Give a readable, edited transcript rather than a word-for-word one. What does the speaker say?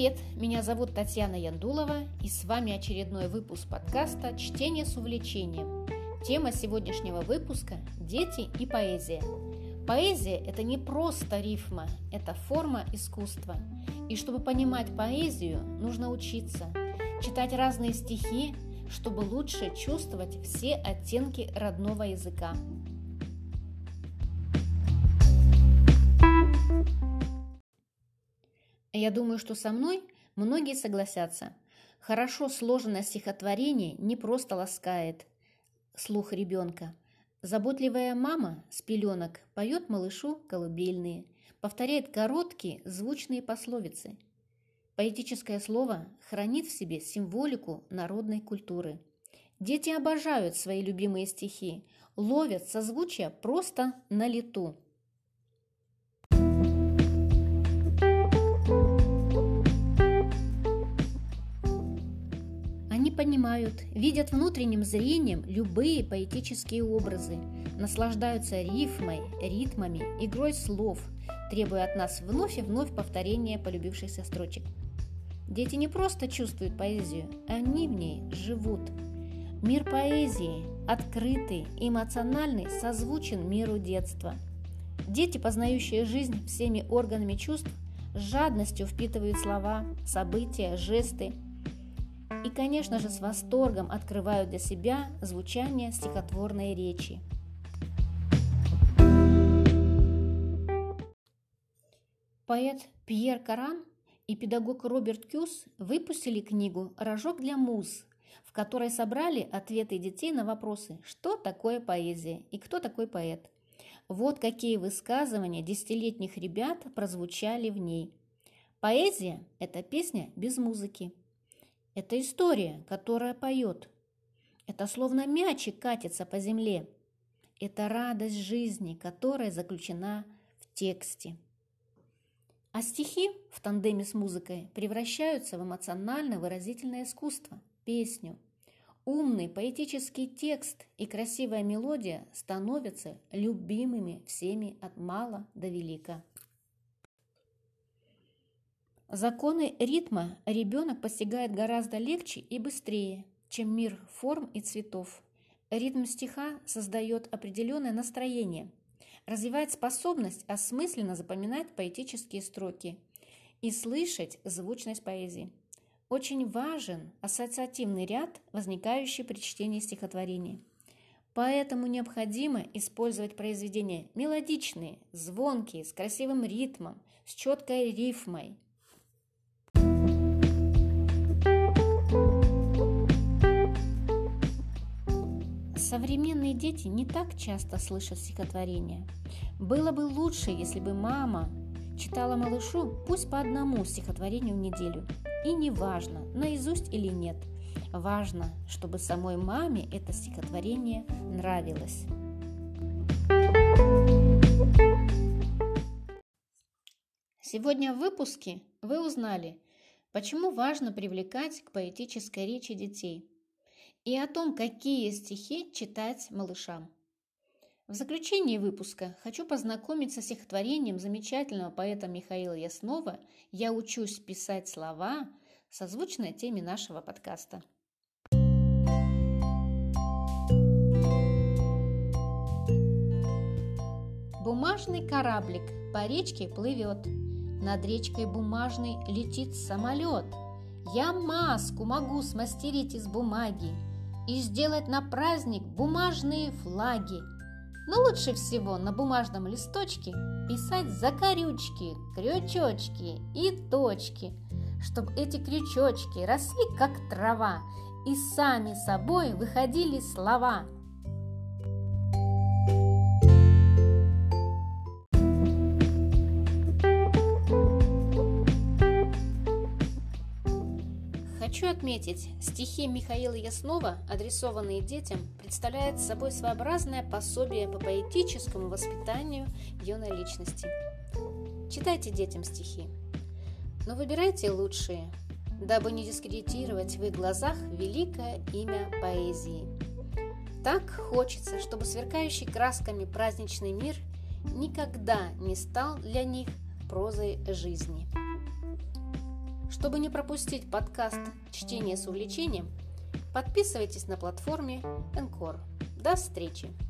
Привет, меня зовут Татьяна Яндулова, и с вами очередной выпуск подкаста «Чтение с увлечением». Тема сегодняшнего выпуска – дети и поэзия. Поэзия – это не просто рифма, это форма искусства. И чтобы понимать поэзию, нужно учиться, читать разные стихи, чтобы лучше чувствовать все оттенки родного языка. Я думаю, что со мной многие согласятся. Хорошо сложенное стихотворение не просто ласкает слух ребенка. Заботливая мама с пеленок поет малышу колыбельные, повторяет короткие звучные пословицы. Поэтическое слово хранит в себе символику народной культуры. Дети обожают свои любимые стихи, ловят созвучия просто на лету. Они понимают, видят внутренним зрением любые поэтические образы, наслаждаются рифмой, ритмами, игрой слов, требуя от нас вновь и вновь повторения полюбившихся строчек. Дети не просто чувствуют поэзию, они в ней живут. Мир поэзии, открытый, эмоциональный, созвучен миру детства. Дети, познающие жизнь всеми органами чувств, с жадностью впитывают слова, события, жесты, и, конечно же, с восторгом открывают для себя звучание стихотворной речи. Поэт Пьер Каран и педагог Роберт Кюс выпустили книгу «Рожок для муз», в которой собрали ответы детей на вопросы, что такое поэзия и кто такой поэт. Вот какие высказывания десятилетних ребят прозвучали в ней. Поэзия – это песня без музыки. Это история, которая поет. Это словно мячик катится по земле. Это радость жизни, которая заключена в тексте. А стихи в тандеме с музыкой превращаются в эмоционально-выразительное искусство, песню. Умный поэтический текст и красивая мелодия становятся любимыми всеми от мала до велика. Законы ритма ребенок постигает гораздо легче и быстрее, чем мир форм и цветов. Ритм стиха создает определенное настроение, развивает способность осмысленно запоминать поэтические строки и слышать звучность поэзии. Очень важен ассоциативный ряд, возникающий при чтении стихотворений. Поэтому необходимо использовать произведения мелодичные, звонкие, с красивым ритмом, с четкой рифмой. Современные дети не так часто слышат стихотворения. Было бы лучше, если бы мама читала малышу пусть по одному стихотворению в неделю. И не важно, наизусть или нет. Важно, чтобы самой маме это стихотворение нравилось. Сегодня в выпуске вы узнали, почему важно привлекать к поэтической речи детей, и о том, какие стихи читать малышам. В заключении выпуска хочу познакомить со стихотворением замечательного поэта Михаила Яснова «Я учусь писать слова», созвучной теме нашего подкаста. Бумажный кораблик по речке плывет, над речкой бумажной летит самолет. Я маску могу смастерить из бумаги и сделать на праздник бумажные флаги. Но лучше всего на бумажном листочке писать закорючки, крючочки и точки, чтобы эти крючочки росли как трава и сами собой выходили слова. Хочу отметить, стихи Михаила Яснова, адресованные детям, представляют собой своеобразное пособие по поэтическому воспитанию юной личности. Читайте детям стихи, но выбирайте лучшие, дабы не дискредитировать в их глазах великое имя поэзии. Так хочется, чтобы сверкающий красками праздничный мир никогда не стал для них прозой жизни. Чтобы не пропустить подкаст «Чтение с увлечением», подписывайтесь на платформе Anchor. До встречи!